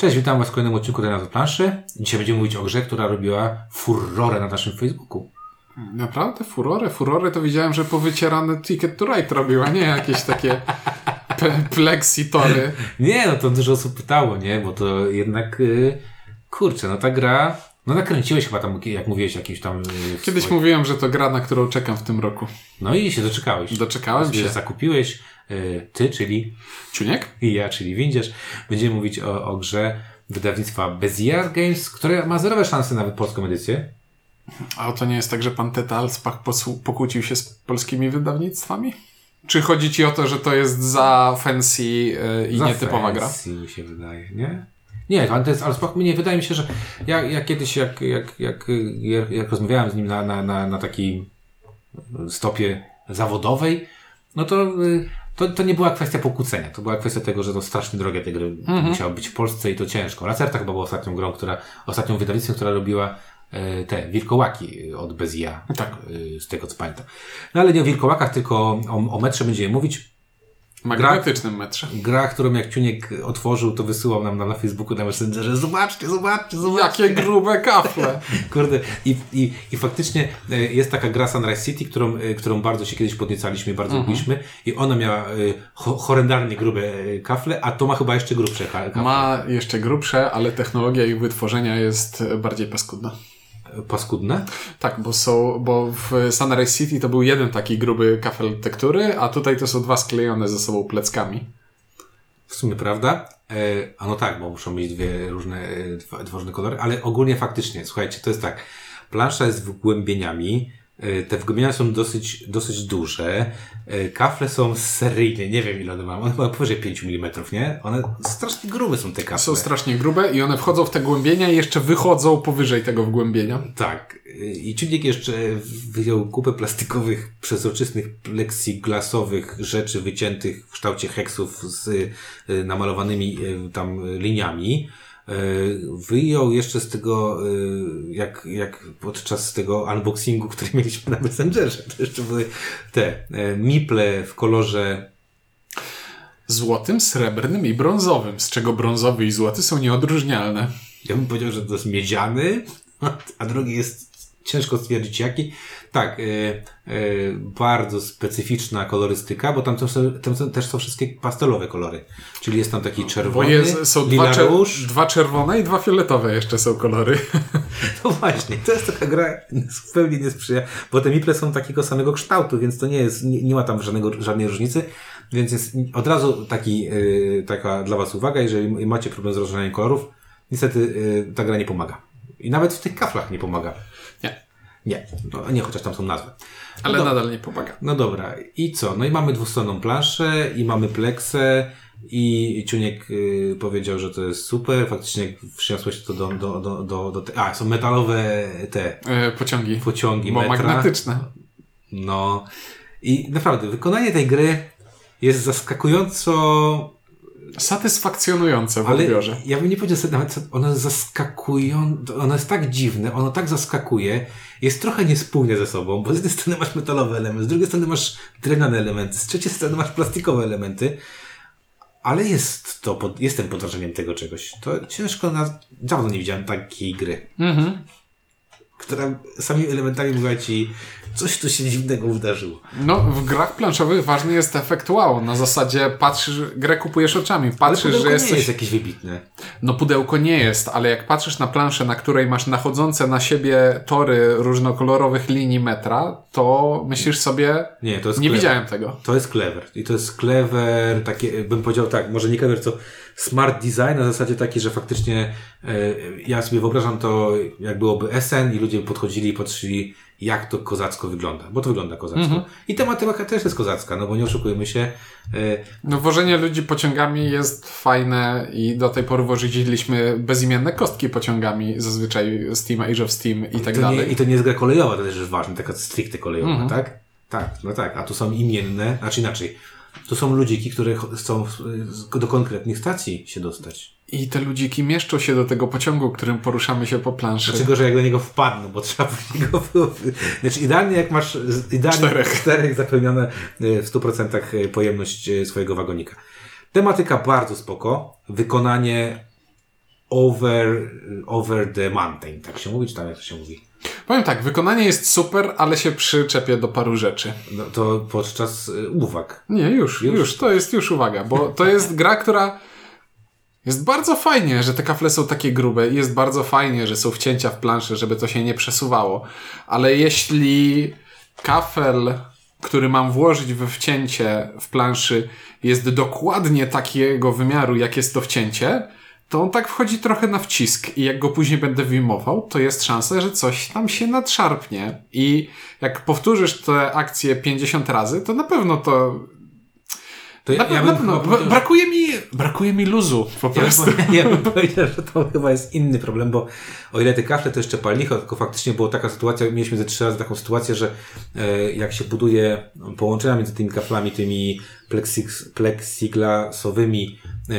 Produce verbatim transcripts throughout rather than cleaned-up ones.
Cześć, witam Was w kolejnym odcinku Dania do planszy. Dzisiaj będziemy mówić o grze, która robiła furorę na naszym Facebooku. Naprawdę? Furorę? Furorę to widziałem, że powycierane Ticket to Ride robiła, nie jakieś takie pe- plexitory. Nie, no to dużo osób pytało, nie? Bo to jednak, yy, kurczę, no ta gra, no nakręciłeś chyba tam, jak mówiłeś, jakimś tam... Yy, Kiedyś swoim... mówiłem, że to gra, na którą czekam w tym roku. No i się doczekałeś. Doczekałem się. Zakupiłeś, yy, ty, czyli... Ciuniek? I ja, czyli Windziarz. Będziemy mówić o, o grze wydawnictwa Bezier Games, które ma zerowe szanse na polską edycję. A to nie jest tak, że pan Teta Alspach posłu- pokłócił się z polskimi wydawnictwami? Czy chodzi ci o to, że to jest za fancy yy, i za nietypowa gra? Za mi się wydaje, nie? Nie, to jest Alspach, mnie wydaje mi się, że ja, ja kiedyś, jak, jak, jak, jak, jak rozmawiałem z nim na, na, na, na takiej stopie zawodowej, no to, to, to nie była kwestia pokłócenia. To była kwestia tego, że to strasznie drogie te gry mhm. musiały być w Polsce i to ciężko. Lacerta chyba była ostatnią grą, która, ostatnią wydawnictwem, która robiła te wilkołaki od Bezier, tak. z tego co pamiętam. No ale nie o wilkołakach, tylko o, o metrze będziemy mówić. Magnetycznym metrze. Gra, którą jak Ciuniek otworzył, to wysyłał nam na, na Facebooku, na Messengerze. Zobaczcie, zobaczcie, zobaczcie. Jakie grube kafle. Kurde. I, i, I faktycznie jest taka gra Sunrise City, którą, którą bardzo się kiedyś podniecaliśmy, bardzo mhm. lubiliśmy. I ona miała ho, horrendalnie grube kafle, a to ma chyba jeszcze grubsze kafle. Ma jeszcze grubsze, ale technologia ich wytworzenia jest bardziej paskudna. Paskudne? Tak, bo są, bo w Sunrise City to był jeden taki gruby kafel tektury, a tutaj to są dwa sklejone ze sobą pleckami. W sumie prawda. E, a no tak, bo muszą mieć dwie różne, dwa, dwa różne kolory, ale ogólnie faktycznie, słuchajcie, to jest tak. Plansza jest wgłębieniami. Te wgłębienia są dosyć, dosyć duże. Kafle są seryjne. Nie wiem, ile one mają. One mają powyżej pięć milimetrów, nie? One strasznie grube są te kafle. Są strasznie grube i one wchodzą w te głębienia i jeszcze wychodzą powyżej tego wgłębienia. Tak. I Ciuniek jeszcze wyjął kupę plastikowych, przezroczystych, plexiglasowych rzeczy wyciętych w kształcie heksów z namalowanymi tam liniami. Wyjął jeszcze z tego, jak, jak podczas tego unboxingu, który mieliśmy na Messengerze, to jeszcze były te miple w kolorze złotym, srebrnym i brązowym, z czego brązowy i złoty są nieodróżnialne. Ja bym powiedział, że to jest miedziany, a drugi jest ciężko stwierdzić jaki. Tak, yy, yy, bardzo specyficzna kolorystyka, bo tam, to są, tam są, też są wszystkie pastelowe kolory. Czyli jest tam taki czerwony, bo jest, są lila dwa, róż. dwa czerwone i dwa fioletowe jeszcze są kolory. No właśnie, to jest taka gra zupełnie nie sprzyja, bo te miple są takiego samego kształtu, więc to nie jest, nie, nie ma tam żadnego, żadnej różnicy, więc jest od razu taki, yy, taka dla Was uwaga, jeżeli macie problem z rozróżnianiem kolorów, niestety yy, ta gra nie pomaga. I nawet w tych kaflach nie pomaga. Nie. Nie, no, nie, chociaż tam są nazwy. No ale do... nadal nie pomaga. No dobra, i co? No i mamy dwustronną planszę, i mamy pleksę, i Ciuniek y, powiedział, że to jest super. Faktycznie wniosłeś to do, do, do, do, do te... A, są metalowe te... E, pociągi. Pociągi bo metra. magnetyczne. No. I naprawdę, wykonanie tej gry jest zaskakująco... satysfakcjonujące w ale odbiorze. Ja bym nie powiedział sobie nawet, ono jest zaskakujące, ono jest tak dziwne, ono tak zaskakuje, jest trochę niespójne ze sobą, bo z jednej strony masz metalowe elementy, z drugiej strony masz drewniane elementy, z trzeciej strony masz plastikowe elementy, ale jest to, pod, jestem pod wrażeniem tego czegoś. To ciężko, na, dawno nie widziałem takiej gry, mhm. która samymi elementami mówiła ci, coś tu się dziwnego wydarzyło. No, w grach planszowych ważny jest efekt wow. Na zasadzie patrzysz, grę kupujesz oczami, patrzysz, że jest nie coś... jest jakieś wybitne. No, pudełko nie jest, ale jak patrzysz na planszę, na której masz nachodzące na siebie tory różnokolorowych linii metra, to myślisz sobie, nie, to jest nie clever. Widziałem tego. To jest clever. I to jest clever, takie, bym powiedział tak, może nie clever, co smart design, na zasadzie taki, że faktycznie e, ja sobie wyobrażam to, jak byłoby S N i ludzie podchodzili i patrzyli, jak to kozacko wygląda, bo to wygląda kozacko. Mm-hmm. I tematyka też jest kozacka, no bo nie oszukujmy się. E... No wożenie ludzi pociągami jest fajne i do tej pory woziliśmy bezimienne kostki pociągami, zazwyczaj Steam, Age of Steam i tak to dalej. Nie, I to nie jest gra kolejowa, to też jest ważne, taka stricte kolejowa, mm-hmm. tak? Tak, no tak, a tu są imienne, znaczy inaczej. To są ludziki, które chcą do konkretnych stacji się dostać. I te ludziki mieszczą się do tego pociągu, którym poruszamy się po planszy. Dlaczego, że jak do niego wpadną, bo trzeba później go... Znaczy idealnie jak masz idealnie czterech. czterech zapewnione w stu procentach pojemność swojego wagonika. Tematyka bardzo spoko. Wykonanie over, over the mountain, tak się mówi, czy tam jak to się mówi? Powiem tak, wykonanie jest super, ale się przyczepię do paru rzeczy. No to podczas y, uwag. Nie, już, już, już, to jest już uwaga, bo to jest gra, która jest bardzo fajnie, że te kafle są takie grube i jest bardzo fajnie, że są wcięcia w planszy, żeby to się nie przesuwało, ale jeśli kafel, który mam włożyć we wcięcie w planszy, jest dokładnie takiego wymiaru, jak jest to wcięcie, to on tak wchodzi trochę na wcisk i jak go później będę wyjmował, to jest szansa, że coś tam się nadszarpnie. I jak powtórzysz tę akcję pięćdziesiąt razy, to na pewno to... To ja, na, ja na bym pewno chyba powiedział, brakuje mi, brakuje mi luzu po prostu. Ja bym, ja bym powiedział, że to chyba jest inny problem, bo o ile te kafle to jeszcze pal licho, tylko faktycznie była taka sytuacja, mieliśmy ze trzy razy taką sytuację, że e, jak się buduje połączenia między tymi kaflami, tymi pleksig, plexiglasowymi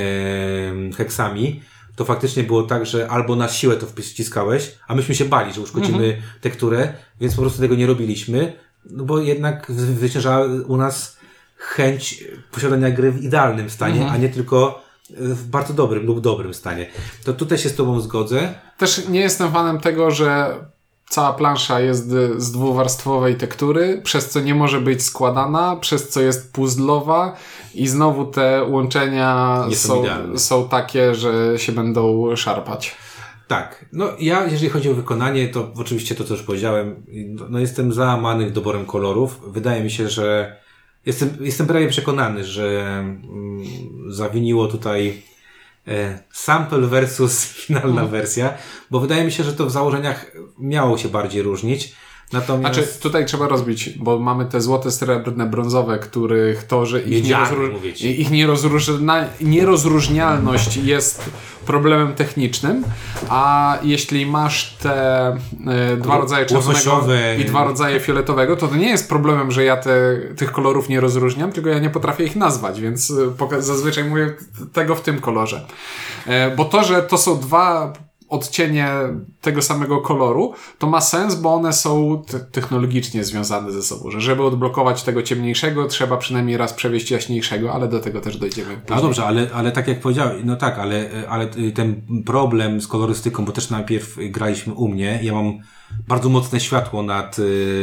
e, heksami, to faktycznie było tak, że albo na siłę to wciskałeś, a myśmy się bali, że uszkodzimy mhm. tekturę, więc po prostu tego nie robiliśmy, no bo jednak zwyciężała u nas chęć posiadania gry w idealnym stanie, mhm. a nie tylko w bardzo dobrym lub dobrym stanie. To tutaj się z tobą zgodzę. Też nie jestem fanem tego, że cała plansza jest z dwuwarstwowej tektury, przez co nie może być składana, przez co jest puzzlowa i znowu te łączenia są, są, są takie, że się będą szarpać. Tak. No ja, jeżeli chodzi o wykonanie, to oczywiście to, co już powiedziałem, no jestem załamany doborem kolorów. Wydaje mi się, że Jestem, jestem prawie przekonany, że mm, zawiniło tutaj e, sample versus finalna mm. wersja, bo wydaje mi się, że to w założeniach miało się bardziej różnić. Natomiast... Znaczy, tutaj trzeba rozbić, bo mamy te złote, srebrne, brązowe, których to, że ich, nie rozró- ich nierozróżna- nierozróżnialność jest problemem technicznym, a jeśli masz te y, dwa rodzaje czerwonego i dwa rodzaje fioletowego, to to nie jest problemem, że ja te, tych kolorów nie rozróżniam, tylko ja nie potrafię ich nazwać, więc y, poka- zazwyczaj mówię tego w tym kolorze. Y, bo to, że to są dwa odcienie tego samego koloru, to ma sens, bo one są te- technologicznie związane ze sobą, że żeby odblokować tego ciemniejszego, trzeba przynajmniej raz przewieźć jaśniejszego, ale do tego też dojdziemy później. No dobrze, ale, ale tak jak powiedziałem, no tak, ale, ale ten problem z kolorystyką, bo też najpierw graliśmy u mnie, ja mam bardzo mocne światło nad,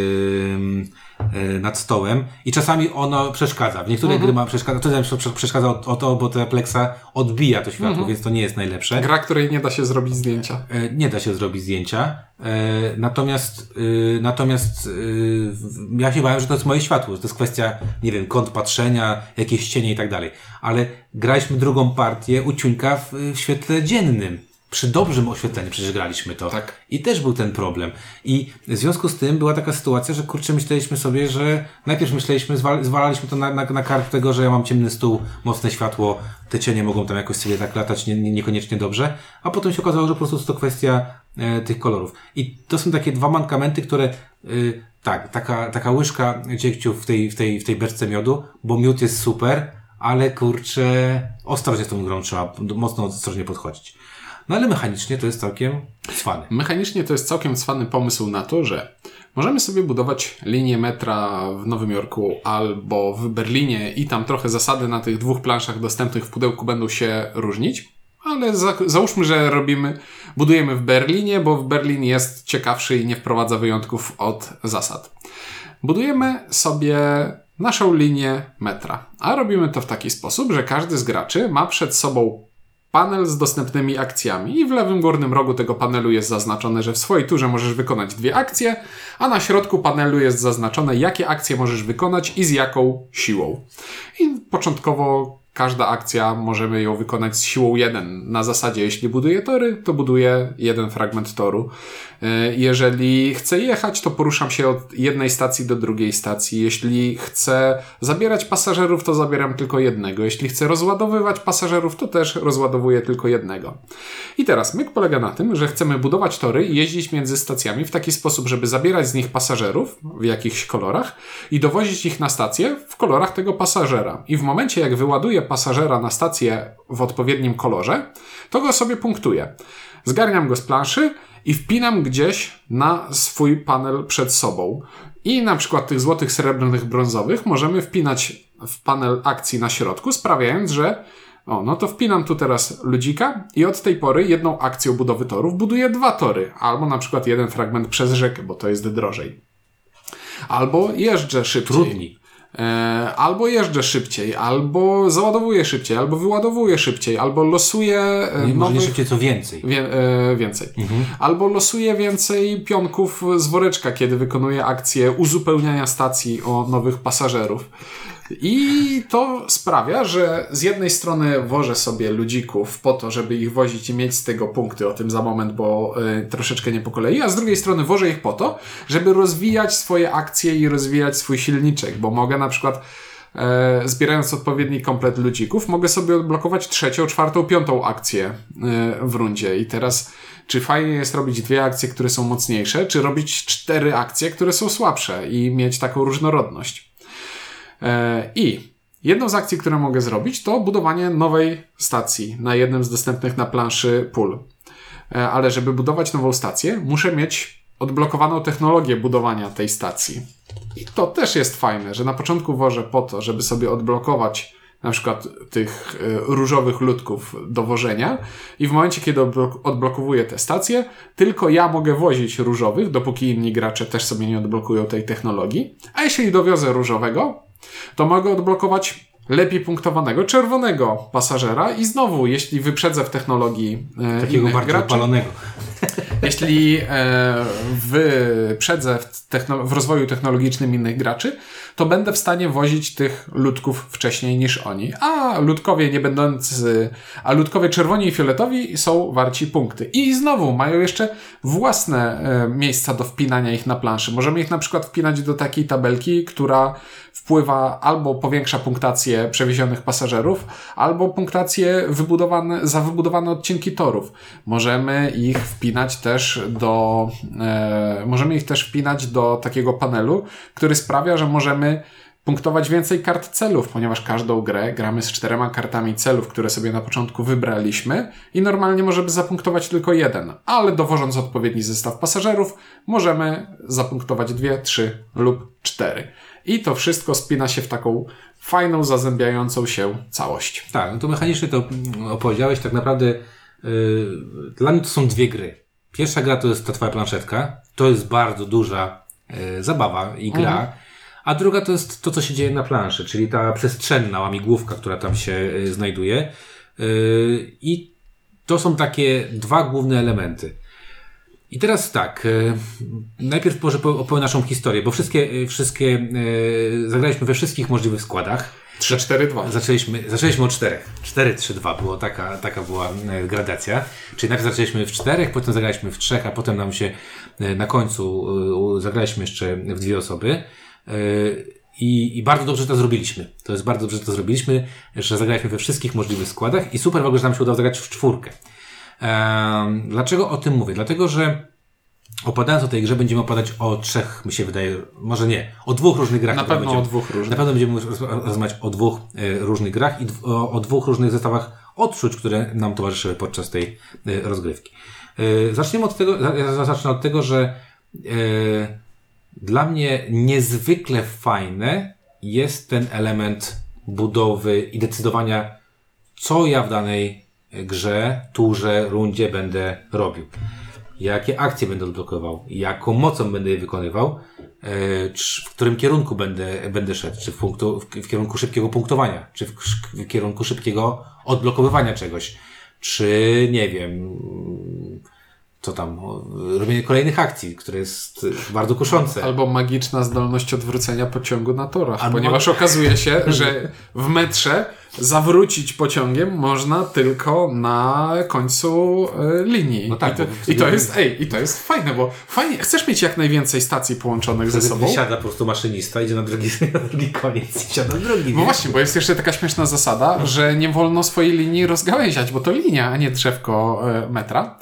yy, nad stołem i czasami ono przeszkadza. W niektórych mhm. gry ma przeszkadza, to przeszkadza o, o to, bo ta Plexa odbija to światło, mhm. więc to nie jest najlepsze. Gra, której nie da się zrobić zdjęcia. Yy, nie da się zrobić zdjęcia. Yy, natomiast yy, natomiast yy, ja się bałem, że to jest moje światło, że to jest kwestia, nie wiem, kąt patrzenia, jakieś cienie i tak dalej. Ale graliśmy drugą partię u Ciuńka w, w świetle dziennym. Przy dobrym oświetleniu przecież graliśmy to. Tak. I też był ten problem. I w związku z tym była taka sytuacja, że kurczę, myśleliśmy sobie, że najpierw myśleliśmy, zwal- zwalaliśmy to na, na, na kark tego, że ja mam ciemny stół, mocne światło, te cienie mogą tam jakoś sobie tak latać nie, nie, niekoniecznie dobrze, a potem się okazało, że po prostu jest to kwestia e, tych kolorów. I to są takie dwa mankamenty, które e, tak, taka, taka łyżka dziegciu w tej, w tej, w tej beczce miodu, bo miód jest super, ale kurczę, ostrożnie z tą grą trzeba mocno ostrożnie podchodzić. No ale mechanicznie to jest całkiem cwany. Mechanicznie to jest całkiem cwany pomysł na to, że możemy sobie budować linię metra w Nowym Jorku albo w Berlinie i tam trochę zasady na tych dwóch planszach dostępnych w pudełku będą się różnić, ale za, załóżmy, że robimy, budujemy w Berlinie, bo w Berlin jest ciekawszy i nie wprowadza wyjątków od zasad. Budujemy sobie naszą linię metra, a robimy to w taki sposób, że każdy z graczy ma przed sobą panel z dostępnymi akcjami i w lewym górnym rogu tego panelu jest zaznaczone, że w swojej turze możesz wykonać dwie akcje, a na środku panelu jest zaznaczone, jakie akcje możesz wykonać i z jaką siłą. I początkowo każda akcja możemy ją wykonać z siłą jeden. Na zasadzie, jeśli buduję tory, to buduję jeden fragment toru. Jeżeli chcę jechać, to poruszam się od jednej stacji do drugiej stacji. Jeśli chcę zabierać pasażerów, to zabieram tylko jednego. Jeśli chcę rozładowywać pasażerów, to też rozładowuję tylko jednego. I teraz myk polega na tym, że chcemy budować tory i jeździć między stacjami w taki sposób, żeby zabierać z nich pasażerów w jakichś kolorach i dowozić ich na stację w kolorach tego pasażera. I w momencie, jak wyładuję pasażera na stację w odpowiednim kolorze, to go sobie punktuję. Zgarniam go z planszy i wpinam gdzieś na swój panel przed sobą. I na przykład tych złotych, srebrnych, brązowych możemy wpinać w panel akcji na środku, sprawiając, że O, no to wpinam tu teraz ludzika i od tej pory jedną akcją budowy torów buduję dwa tory. Albo na przykład jeden fragment przez rzekę, bo to jest drożej. Albo jeżdżę szybciej. Trudniej. E, albo jeżdżę szybciej, albo załadowuję szybciej, albo wyładowuję szybciej, albo losuję e, Nie, może nie nowych... szybciej, co więcej. Wie, e, więcej. Mhm. Albo losuję więcej pionków z woreczka, kiedy wykonuję akcję uzupełniania stacji o nowych pasażerów. I to sprawia, że z jednej strony wożę sobie ludzików po to, żeby ich wozić i mieć z tego punkty, o tym za moment, bo y, troszeczkę nie po kolei, a z drugiej strony wożę ich po to, żeby rozwijać swoje akcje i rozwijać swój silniczek, bo mogę na przykład e, zbierając odpowiedni komplet ludzików, mogę sobie odblokować trzecią, czwartą, piątą akcję e, w rundzie. I teraz, czy fajnie jest robić dwie akcje, które są mocniejsze, czy robić cztery akcje, które są słabsze i mieć taką różnorodność. E, I jedną z akcji, które mogę zrobić, to budowanie nowej stacji na jednym z dostępnych na planszy pól. E, ale żeby budować nową stację, muszę mieć odblokowaną technologię budowania tej stacji. I to też jest fajne, że na początku wożę po to, żeby sobie odblokować na przykład tych y, różowych ludków do wożenia i w momencie, kiedy odblok- odblokowuję tę stację, tylko ja mogę wozić różowych, dopóki inni gracze też sobie nie odblokują tej technologii. A jeśli dowiozę różowego, to mogę odblokować lepiej punktowanego czerwonego pasażera i znowu, jeśli wyprzedzę w technologii e, takiego innych bardziej graczy, opalonego. Jeśli e, wyprzedzę w, technolo- w rozwoju technologicznym innych graczy, to będę w stanie wozić tych ludków wcześniej niż oni. A ludkowie nie będący, a ludkowie czerwoni i fioletowi są warci punkty. I znowu mają jeszcze własne e, miejsca do wpinania ich na planszy. Możemy ich na przykład wpinać do takiej tabelki, która wpływa albo powiększa punktację przewiezionych pasażerów, albo punktację wybudowane, za wybudowane odcinki torów. Możemy ich wpinać też do, e, możemy ich też wpinać do takiego panelu, który sprawia, że możemy punktować więcej kart celów, ponieważ każdą grę gramy z czterema kartami celów, które sobie na początku wybraliśmy i normalnie możemy zapunktować tylko jeden, ale dowożąc odpowiedni zestaw pasażerów, możemy zapunktować dwie, trzy lub cztery. I to wszystko spina się w taką fajną, zazębiającą się całość. Tak, no to mechanicznie to opowiedziałeś. Tak naprawdę yy, dla mnie to są dwie gry. Pierwsza gra to jest ta twoja planszetka. To jest bardzo duża yy, zabawa i gra. Mhm. A druga to jest to, co się dzieje na planszy, czyli ta przestrzenna łamigłówka, która tam się yy, znajduje. Yy, I to są takie dwa główne elementy. I teraz tak, e, najpierw może opowiem naszą historię, bo wszystkie, wszystkie e, zagraliśmy we wszystkich możliwych składach. trzy cztery dwa. Zaczęliśmy, zaczęliśmy od czterech. cztery trzy dwa było, taka, taka była e, gradacja. Czyli najpierw zaczęliśmy w czterech, potem zagraliśmy w trzech, a potem nam się e, na końcu e, zagraliśmy jeszcze w dwie osoby. E, i, I bardzo dobrze to zrobiliśmy. To jest bardzo dobrze, że to zrobiliśmy, że zagraliśmy we wszystkich możliwych składach i super w ogóle, że nam się udało zagrać w czwórkę. Um, dlaczego o tym mówię? Dlatego, że opadając o tej grze będziemy opadać o trzech, mi się wydaje, może nie, o dwóch różnych grach. Na pewno będziemy, o dwóch różnych. Na pewno będziemy rozmawiać o dwóch e, różnych grach i d- o, o dwóch różnych zestawach odczuć, które nam towarzyszyły podczas tej e, rozgrywki. E, zaczniemy od tego, ja zacznę od tego, że e, dla mnie niezwykle fajne jest ten element budowy i decydowania, co ja w danej grze, turze, rundzie będę robił. Jakie akcje będę odblokował, jaką mocą będę je wykonywał, yy, czy w którym kierunku będę, będę szedł, czy w, punktu, w, w kierunku szybkiego punktowania, czy w, w kierunku szybkiego odblokowywania czegoś, czy nie wiem, co tam, robienie kolejnych akcji, które jest bardzo kuszące. Albo magiczna zdolność odwrócenia pociągu na torach, Albo... ponieważ okazuje się, że w metrze zawrócić pociągiem można tylko na końcu y, linii. No tak, I, to, i to jest, ej, i to jest fajne, bo fajnie, chcesz mieć jak najwięcej stacji połączonych ze sobą. Wysiada po prostu maszynista, idzie na drugi, na drugi koniec i siada na drugi. No właśnie, bo jest jeszcze taka śmieszna zasada, no. że nie wolno swojej linii rozgałęziać, bo to linia, a nie drzewko y, metra.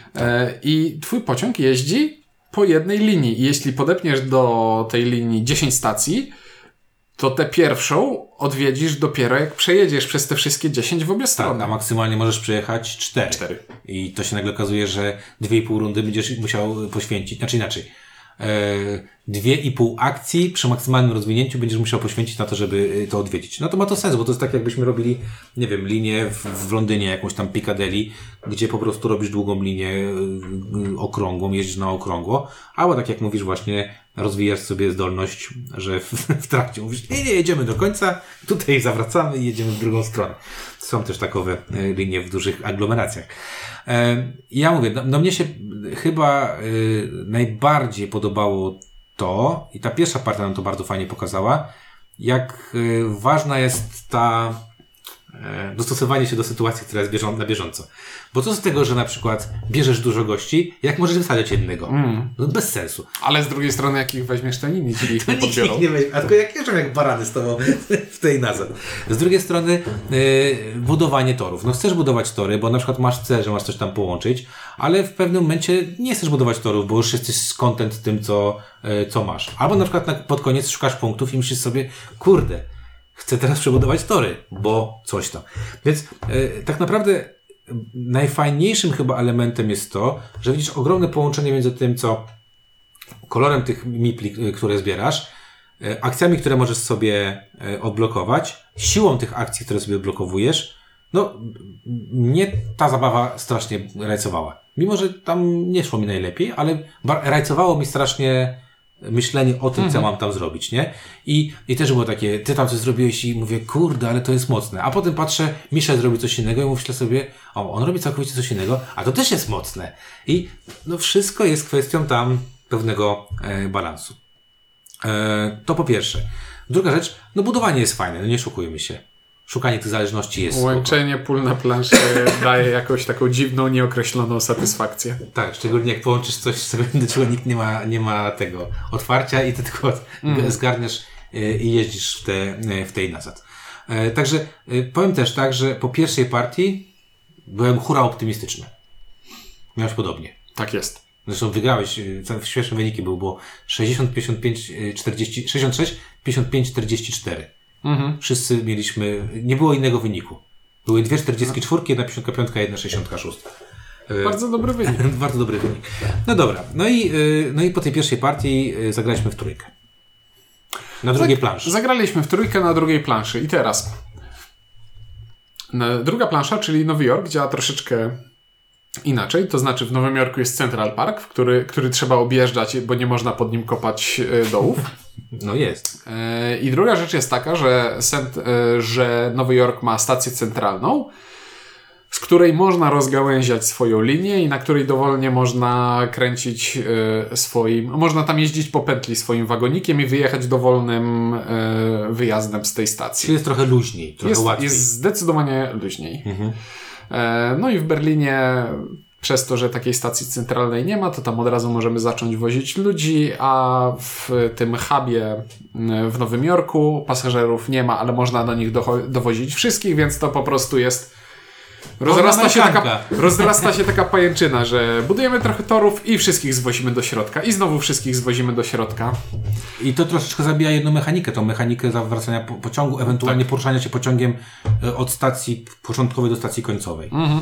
I twój pociąg jeździ po jednej linii. I jeśli podepniesz do tej linii dziesięć stacji, to tę pierwszą odwiedzisz dopiero jak przejedziesz przez te wszystkie dziesięć w obie strony. Tak, a maksymalnie możesz przejechać cztery. cztery. I to się nagle okazuje, że dwie i pół rundy będziesz musiał poświęcić. Znaczy inaczej. dwie i pół akcji przy maksymalnym rozwinięciu będziesz musiał poświęcić na to, żeby to odwiedzić. No to ma to sens, bo to jest tak, jakbyśmy robili, nie wiem, linię w, w Londynie, jakąś tam Piccadilly, gdzie po prostu robisz długą linię y, okrągłą, jeździsz na okrągło, albo tak jak mówisz właśnie, rozwijasz sobie zdolność, że w, w trakcie mówisz, nie, nie, jedziemy do końca, tutaj zawracamy i jedziemy w drugą stronę. Są też takowe y, linie w dużych aglomeracjach. Y, ja mówię, no, no mnie się chyba y, najbardziej podobało to, i ta pierwsza partia nam to bardzo fajnie pokazała, jak y, ważna jest ta y, dostosowanie się do sytuacji, która jest bieżą- na bieżąco. Bo co z tego, że na przykład bierzesz dużo gości, jak możesz wysadzać jednego? Mm. No bez sensu. Ale z drugiej strony, jak ich weźmiesz, to inni ci ich nie podbiorą. Nie weźmie, a tylko jak jeżdżą jak barany z tobą w tej nazad. Z drugiej strony y, budowanie torów. No chcesz budować tory, bo na przykład masz cel, że masz coś tam połączyć, ale w pewnym momencie nie chcesz budować torów, bo już jesteś skontent tym, co, y, co masz. Albo na przykład na, pod koniec szukasz punktów i myślisz sobie, kurde, chcę teraz przebudować tory, bo coś tam. Więc y, tak naprawdę najfajniejszym chyba elementem jest to, że widzisz ogromne połączenie między tym, co kolorem tych mipli, które zbierasz, akcjami, które możesz sobie odblokować, siłą tych akcji, które sobie odblokowujesz. No, mnie ta zabawa strasznie rajcowała. Mimo, że tam nie szło mi najlepiej, ale rajcowało mi strasznie myślenie o tym, mhm. co mam tam zrobić, nie? I, i też było takie, ty tam coś zrobiłeś i mówię, kurde, ale to jest mocne. A potem patrzę, Michel zrobił coś innego i myślę sobie, o, on robi całkowicie coś innego, a to też jest mocne. I no wszystko jest kwestią tam pewnego e, balansu. E, to po pierwsze. Druga rzecz, no budowanie jest fajne, no nie szukujmy się. Szukanie tych zależności jest... Łączenie pól na planszy daje jakąś taką dziwną, nieokreśloną satysfakcję. Tak, szczególnie jak połączysz coś, do czego nikt nie ma, nie ma tego otwarcia i ty tylko mm. zgarniasz i jeździsz w, te, w tej nazad. Także powiem też tak, że po pierwszej partii byłem hura optymistyczny. Miałeś podobnie. Tak jest. Zresztą wygrałeś, świetne wyniki były, było sześćdziesiąt, pięćdziesiąt pięć, czterdzieści, sześćdziesiąt sześć, pięćdziesiąt pięć, czterdzieści cztery. Mhm. Wszyscy mieliśmy, nie było innego wyniku. Były dwie czterdziestki cztery, jedna pięćdziesiąt pięć, jedna sześćdziesiąt sześć. Bardzo dobry wynik. Bardzo dobry wynik. No dobra, no i, no i po tej pierwszej partii zagraliśmy w trójkę. Na drugiej Zag- planszy. Zagraliśmy w trójkę na drugiej planszy i teraz druga plansza, czyli Nowy Jork, działa troszeczkę inaczej, to znaczy w Nowym Jorku jest Central Park, w który, który trzeba objeżdżać, bo nie można pod nim kopać dołów. No jest. I druga rzecz jest taka, że, że Nowy Jork ma stację centralną, z której można rozgałęziać swoją linię i na której dowolnie można kręcić swoim, można tam jeździć po pętli swoim wagonikiem i wyjechać dowolnym wyjazdem z tej stacji. Czyli jest trochę luźniej, trochę jest, łatwiej. Jest zdecydowanie luźniej. Mhm. No i w Berlinie przez to, że takiej stacji centralnej nie ma, to tam od razu możemy zacząć wozić ludzi, a w tym hubie w Nowym Jorku pasażerów nie ma, ale można do nich do- dowozić wszystkich, więc to po prostu jest rozrasta się, taka, rozrasta się taka pajęczyna, że budujemy trochę torów i wszystkich zwozimy do środka i znowu wszystkich zwozimy do środka. I to troszeczkę zabija jedną mechanikę, tą mechanikę zawracania po- pociągu, ewentualnie tak. poruszania się pociągiem od stacji początkowej do stacji końcowej. Mhm.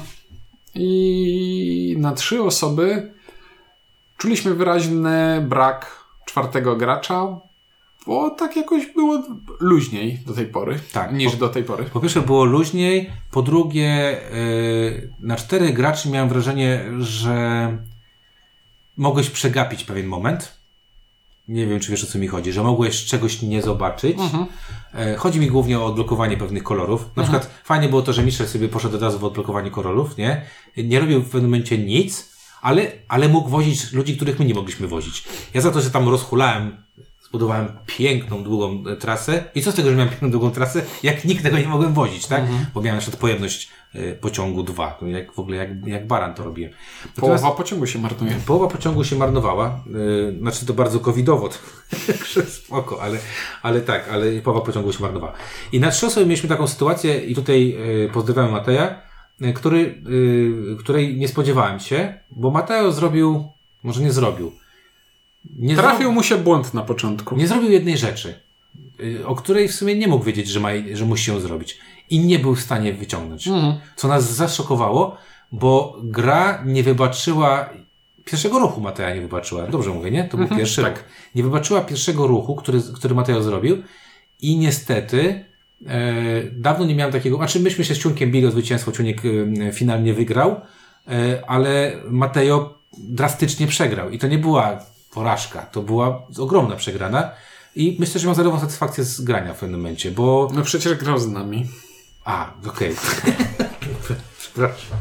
I na trzy osoby czuliśmy wyraźny brak czwartego gracza, bo tak jakoś było luźniej do tej pory, tak, niż po, do tej pory. Po pierwsze było luźniej, po drugie yy, na czterech graczy miałem wrażenie, że mogłeś przegapić pewien moment. Nie wiem, czy wiesz, o co mi chodzi, że mogłeś czegoś nie zobaczyć. Mhm. Chodzi mi głównie o odblokowanie pewnych kolorów. Na mhm. przykład fajnie było to, że Michel sobie poszedł od razu w odblokowanie kolorów, nie? Nie robił w pewnym momencie nic, ale, ale mógł wozić ludzi, których my nie mogliśmy wozić. Ja za to, że tam rozhulałem, zbudowałem piękną, długą trasę. I co z tego, że miałem piękną, długą trasę, jak nikt tego nie mogłem wozić, tak? Mhm. Bo miałem na przykład pojemność y, pociągu dwa. Jak w ogóle, jak, jak baran to robiłem. Natomiast połowa pociągu się marnuje. Połowa pociągu się marnowała. Y, znaczy to bardzo covidowo. Spoko, ale, ale tak, ale połowa pociągu się marnowała. I na trzy osoby mieliśmy taką sytuację i tutaj y, pozdrawiam Mateja, y, który, y, której nie spodziewałem się, bo Mateo zrobił, może nie zrobił, Nie Trafił zro... mu się błąd na początku. Nie zrobił jednej rzeczy, o której w sumie nie mógł wiedzieć, że, ma, że musi ją zrobić. I nie był w stanie wyciągnąć. Mhm. Co nas zaszokowało, bo gra nie wybaczyła pierwszego ruchu Mateja nie wybaczyła. Dobrze mówię, nie? To był Mhm, pierwszy tak. ruch. Nie wybaczyła pierwszego ruchu, który, który Mateo zrobił i niestety e, dawno nie miałem takiego, znaczy myśmy się z Ciunkiem bili o zwycięstwo, Ciuniek e, finalnie wygrał, e, ale Mateo drastycznie przegrał i to nie była porażka, to była ogromna przegrana i myślę, że miał zerową satysfakcję z grania w pewnym momencie, bo... No przecież grał z nami. A, okej. Okay. Przepraszam.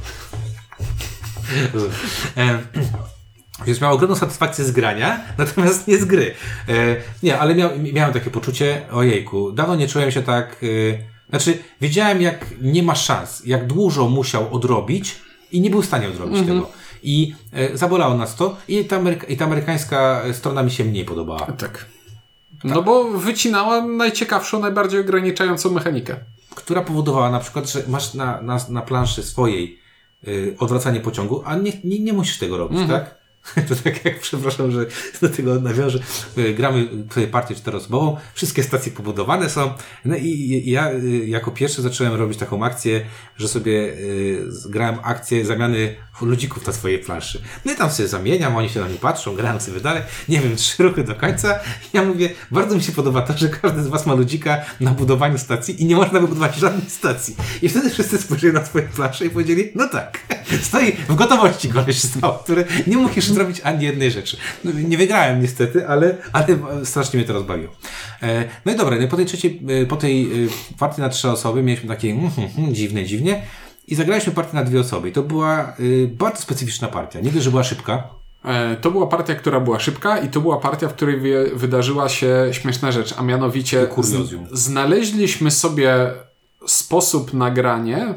e, Więc miał ogromną satysfakcję z grania, natomiast nie z gry. E, nie, ale miał, miałem takie poczucie, ojejku, dawno nie czułem się tak... E, znaczy, wiedziałem, jak nie ma szans, jak dużo musiał odrobić i nie był w stanie odrobić mm-hmm. tego. I e, zabolało nas to i ta, Ameryka, i ta amerykańska strona mi się mniej podobała. Tak. tak. No bo wycinała najciekawszą, najbardziej ograniczającą mechanikę. Która powodowała na przykład, że masz na, na, na planszy swojej y, odwracanie pociągu, a nie, nie, nie musisz tego robić, mm-hmm. tak? To tak jak, przepraszam, że do tego nawiążę, gramy sobie partię czteroosobową, wszystkie stacje pobudowane są, no i ja jako pierwszy zacząłem robić taką akcję, że sobie y, grałem akcję zamiany ludzików na swojej planszy. No i tam sobie zamieniam, oni się na mnie patrzą, grają sobie dalej, nie wiem, trzy ruchy do końca. Ja mówię, bardzo mi się podoba to, że każdy z was ma ludzika na budowaniu stacji i nie można wybudować żadnej stacji. I wtedy wszyscy spojrzeli na swoje plansze i powiedzieli, no tak, stoi w gotowości koleś stał, który nie musisz zrobić ani jednej rzeczy. No, nie wygrałem niestety, ale, ale strasznie mnie to rozbawiło. E, no i dobra, no po tej trzeciej, po tej partii na trzy osoby mieliśmy takie mm, mm, dziwne, dziwnie i zagraliśmy partię na dwie osoby. I to była y, bardzo specyficzna partia. Nie dość, że była szybka. E, to była partia, która była szybka i to była partia, w której wy, wydarzyła się śmieszna rzecz, a mianowicie z, znaleźliśmy sobie sposób na granie,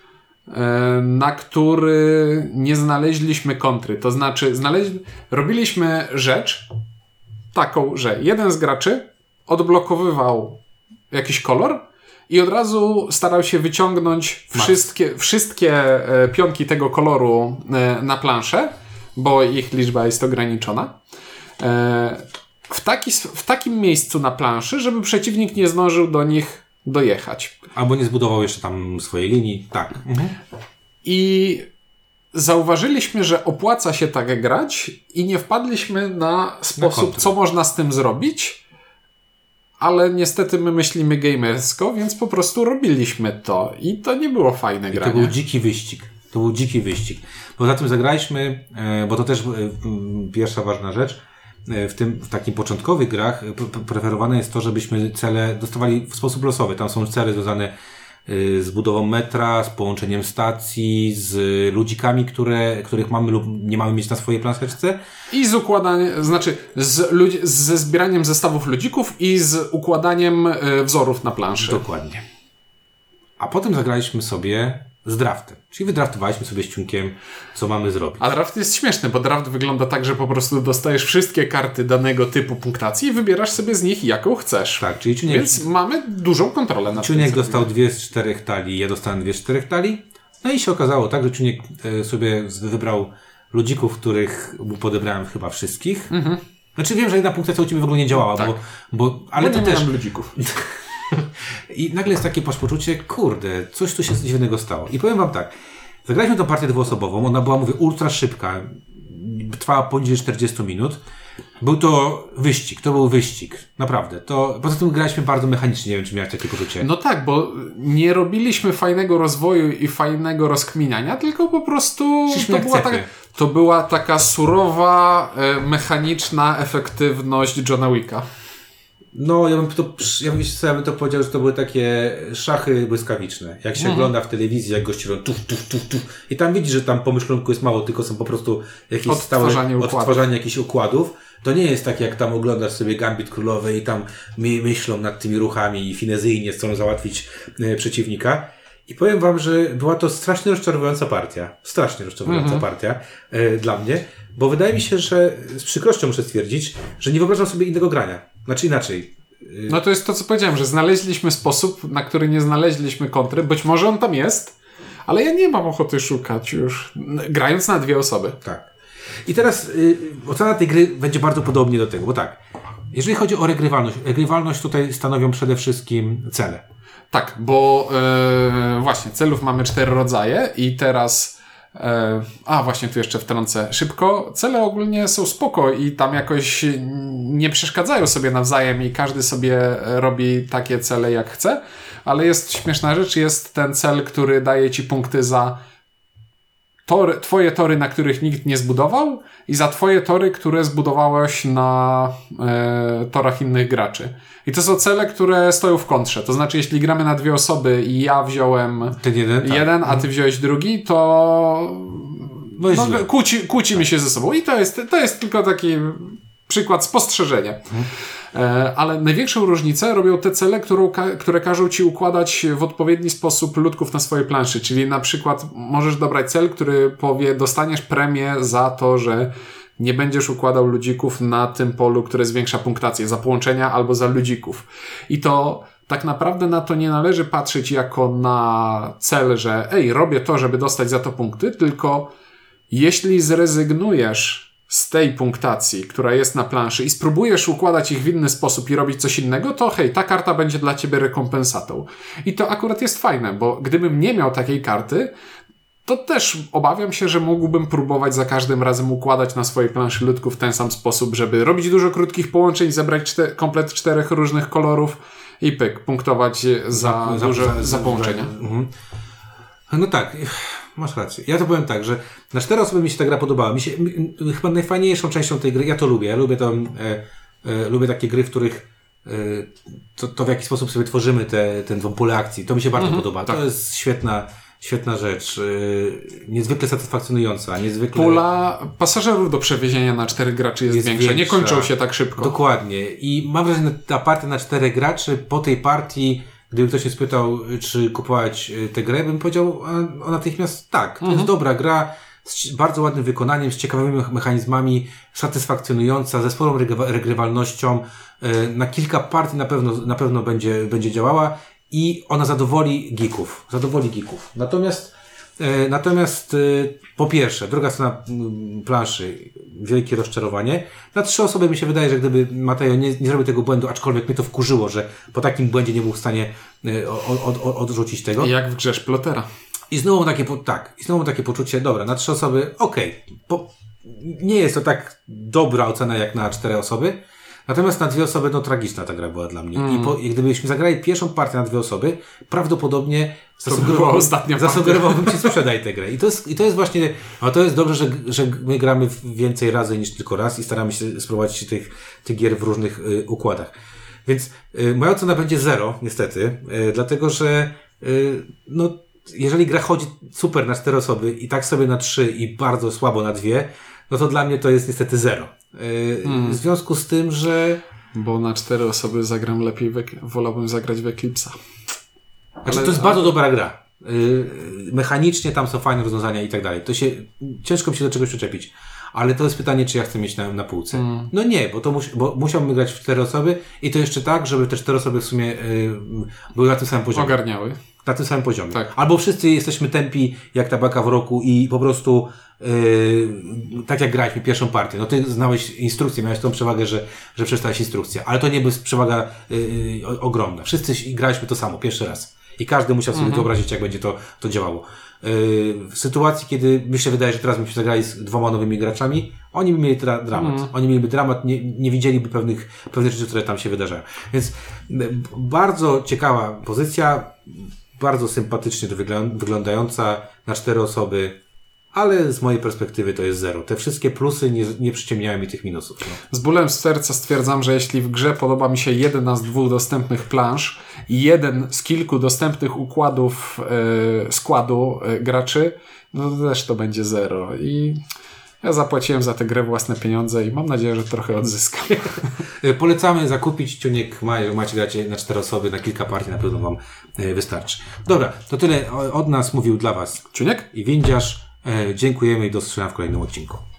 na który nie znaleźliśmy kontry. To znaczy, znaleźli... robiliśmy rzecz taką, że jeden z graczy odblokowywał jakiś kolor i od razu starał się wyciągnąć wszystkie, wszystkie pionki tego koloru na planszę, bo ich liczba jest ograniczona. W, taki, w takim miejscu na planszy, żeby przeciwnik nie zdążył do nich dojechać. Albo nie zbudował jeszcze tam swojej linii. Tak. Mhm. I zauważyliśmy, że opłaca się tak grać i nie wpadliśmy na sposób, na co można z tym zrobić, ale niestety my myślimy gamersko, więc po prostu robiliśmy to i to nie było fajne I granie. To był dziki wyścig. To był dziki wyścig. Poza tym zagraliśmy, bo to też pierwsza ważna rzecz, w tym, w takich początkowych grach preferowane jest to, żebyśmy cele dostawali w sposób losowy. Tam są cele związane z budową metra, z połączeniem stacji, z ludzikami, które, których mamy lub nie mamy mieć na swojej planszeczce. I z układaniem, znaczy z ludzi, ze zbieraniem zestawów ludzików i z układaniem wzorów na planszy. Dokładnie. A potem zagraliśmy sobie z draftem. Czyli wydraftowaliśmy sobie z Ciunkiem, co mamy zrobić. A draft jest śmieszny, bo draft wygląda tak, że po prostu dostajesz wszystkie karty danego typu punktacji i wybierasz sobie z nich, jaką chcesz. Tak, czyli Ciuniek... Więc mamy dużą kontrolę nad tym. Ciuniek dostał dwie z czterech talii, ja dostałem dwie z czterech talii. No i się okazało tak, że Ciuniek sobie wybrał ludzików, których mu podebrałem chyba wszystkich. Mhm. Znaczy wiem, że jedna punktacja u Ciebie w ogóle nie działała, tak. bo, bo... Ale bo to nie też... ludzików. I nagle jest takie poczucie, kurde, coś tu się dziwnego stało. I powiem wam tak, zagraliśmy tą partię dwuosobową, ona była, mówię, ultra szybka, trwała poniżej czterdzieści minut. Był to wyścig, to był wyścig, naprawdę. To, poza tym graliśmy bardzo mechanicznie, nie wiem, czy miałeś takie poczucie. No tak, bo nie robiliśmy fajnego rozwoju i fajnego rozkminiania, tylko po prostu to była, taka, to była taka surowa, e, mechaniczna efektywność Johna Wicka. No, ja bym to, ja bym, ja bym to powiedział, że to były takie szachy błyskawiczne. Jak się mhm. ogląda w telewizji, jak gości robią tuf, tuf, tuf, tuf. I tam widzisz, że tam pomyślunku jest mało, tylko są po prostu jakieś odtwarzanie stałe układów. odtwarzanie jakichś układów. To nie jest tak, jak tam oglądasz sobie Gambit Królowej i tam my, myślą nad tymi ruchami i finezyjnie chcą załatwić e, przeciwnika. I powiem wam, że była to strasznie rozczarowująca partia. Strasznie rozczarowująca mhm. partia e, dla mnie. Bo wydaje mi się, że z przykrością muszę stwierdzić, że nie wyobrażam sobie innego grania. Znaczy inaczej. No to jest to, co powiedziałem, że znaleźliśmy sposób, na który nie znaleźliśmy kontry. Być może on tam jest, ale ja nie mam ochoty szukać już, grając na dwie osoby. Tak. I teraz y, ocena tej gry będzie bardzo podobnie do tego, bo tak, jeżeli chodzi o regrywalność, regrywalność tutaj stanowią przede wszystkim cele. Tak, bo yy, właśnie celów mamy cztery rodzaje i teraz E, a właśnie tu jeszcze wtrącę szybko. Cele ogólnie są spoko i tam jakoś nie przeszkadzają sobie nawzajem i każdy sobie robi takie cele jak chce, ale jest śmieszna rzecz, jest ten cel, który daje ci punkty za tory, twoje tory, na których nikt nie zbudował i za twoje tory, które zbudowałeś na e, torach innych graczy. I to są cele, które stoją w kontrze. To znaczy, jeśli gramy na dwie osoby i ja wziąłem Ten jeden, tak. jeden, a ty wziąłeś drugi, to no no, kłóci, kłócimy się ze sobą. I to jest, to jest tylko taki przykład spostrzeżenia. Hmm. E, ale największą różnicę robią te cele, którą, które każą ci układać w odpowiedni sposób ludków na swojej planszy. Czyli na przykład możesz dobrać cel, który powie, dostaniesz premię za to, że nie będziesz układał ludzików na tym polu, które zwiększa punktację, za połączenia albo za ludzików. I to tak naprawdę na to nie należy patrzeć jako na cel, że ej, robię to, żeby dostać za to punkty, tylko jeśli zrezygnujesz z tej punktacji, która jest na planszy i spróbujesz układać ich w inny sposób i robić coś innego, to hej, ta karta będzie dla ciebie rekompensatą. I to akurat jest fajne, bo gdybym nie miał takiej karty, to też obawiam się, że mógłbym próbować za każdym razem układać na swojej planszy ludków w ten sam sposób, żeby robić dużo krótkich połączeń, zebrać czter- komplet czterech różnych kolorów i pyk, punktować za, za, duże, za, za, za połączenia. Za, mhm. No tak, masz rację. Ja to powiem tak, że na cztery osoby mi się ta gra podobała. Mi się, mi, chyba najfajniejszą częścią tej gry, ja to lubię, ja lubię to, e, e, lubię takie gry, w których e, to, to w jaki sposób sobie tworzymy te, ten tą pulę akcji. To mi się bardzo mhm, podoba. Tak. To jest świetna Świetna rzecz, yy, niezwykle satysfakcjonująca, niezwykle... Pula pasażerów do przewiezienia na czterech graczy jest, jest większa, większa, nie kończą się tak szybko. Dokładnie. I mam wrażenie, że ta partia na czterech graczy, po tej partii, gdyby ktoś się spytał, czy kupować tę grę, bym powiedział o natychmiast tak. To mhm. jest dobra gra, z bardzo ładnym wykonaniem, z ciekawymi mechanizmami, satysfakcjonująca, ze sporą regrywalnością. Yy, na kilka partii na pewno, na pewno będzie, będzie działała. I ona zadowoli geeków. Zadowoli geeków. Natomiast, e, natomiast e, po pierwsze, druga strona m, planszy, wielkie rozczarowanie. Na trzy osoby mi się wydaje, że gdyby Mateo nie, nie zrobił tego błędu, aczkolwiek mnie to wkurzyło, że po takim błędzie nie był w stanie e, od, od, odrzucić tego. Jak w grze Szplotera. I znowu mam takie, tak, i znowu mam takie poczucie, dobra, na trzy osoby, okej, okay, nie jest to tak dobra ocena jak na cztery osoby. Natomiast na dwie osoby, no tragiczna ta gra była dla mnie. Mm. I, po, I gdybyśmy zagrali pierwszą partię na dwie osoby, prawdopodobnie zasugerowałbym, zasugerowałbym ci sprzedaj tę grę. I to jest, i to jest właśnie, no to jest dobrze, że, że my gramy więcej razy niż tylko raz i staramy się spróbować tych, tych gier w różnych y, układach. Więc y, moja ocena będzie zero, niestety, y, dlatego że y, no, jeżeli gra chodzi super na cztery osoby i tak sobie na trzy i bardzo słabo na dwie, no to dla mnie to jest niestety zero. Yy, hmm. W związku z tym, że... Bo na cztery osoby zagram lepiej, w, wolałbym zagrać w Eclipse'a. Znaczy, to jest bardzo dobra gra. Yy, mechanicznie tam są fajne rozwiązania i tak dalej. To się, ciężko mi się do czegoś przyczepić. Ale to jest pytanie, czy ja chcę mieć na, na półce. Hmm. No nie, bo to mus, bo musiałbym grać w cztery osoby i to jeszcze tak, żeby te cztery osoby w sumie yy, były na tym samym poziomie. Ogarniały. Na tym samym poziomie. Tak. Albo wszyscy jesteśmy tępi jak tabaka w roku i po prostu yy, tak jak graliśmy pierwszą partię. No ty znałeś instrukcję, miałeś tą przewagę, że, że przeczytałeś instrukcję. Ale to nie była przewaga yy, ogromna. Wszyscy graliśmy to samo, pierwszy raz. I każdy musiał sobie mhm. wyobrazić, jak będzie to, to działało. Yy, w sytuacji, kiedy mi się wydaje, że teraz byśmy zagrali z dwoma nowymi graczami, oni by mieli tra- dramat. Mhm. Oni mieliby dramat, nie, nie widzieliby pewnych, pewnych rzeczy, które tam się wydarzają. Więc yy, bardzo ciekawa pozycja, bardzo sympatycznie to wygląda, wyglądająca na cztery osoby, ale z mojej perspektywy to jest zero. Te wszystkie plusy nie, nie przyciemniają mi tych minusów. No. Z bólem z serca stwierdzam, że jeśli w grze podoba mi się jedna z dwóch dostępnych plansz i jeden z kilku dostępnych układów yy, składu yy, graczy, no to też to będzie zero. I ja zapłaciłem za tę grę własne pieniądze i mam nadzieję, że trochę odzyskam. Polecamy zakupić. Ciuniek ma, macie gracie na cztery osoby, na kilka partii na pewno wam wystarczy. Dobra, to tyle od nas mówił dla was Ciuniek i Windziarz. Dziękujemy i do zobaczenia w kolejnym odcinku.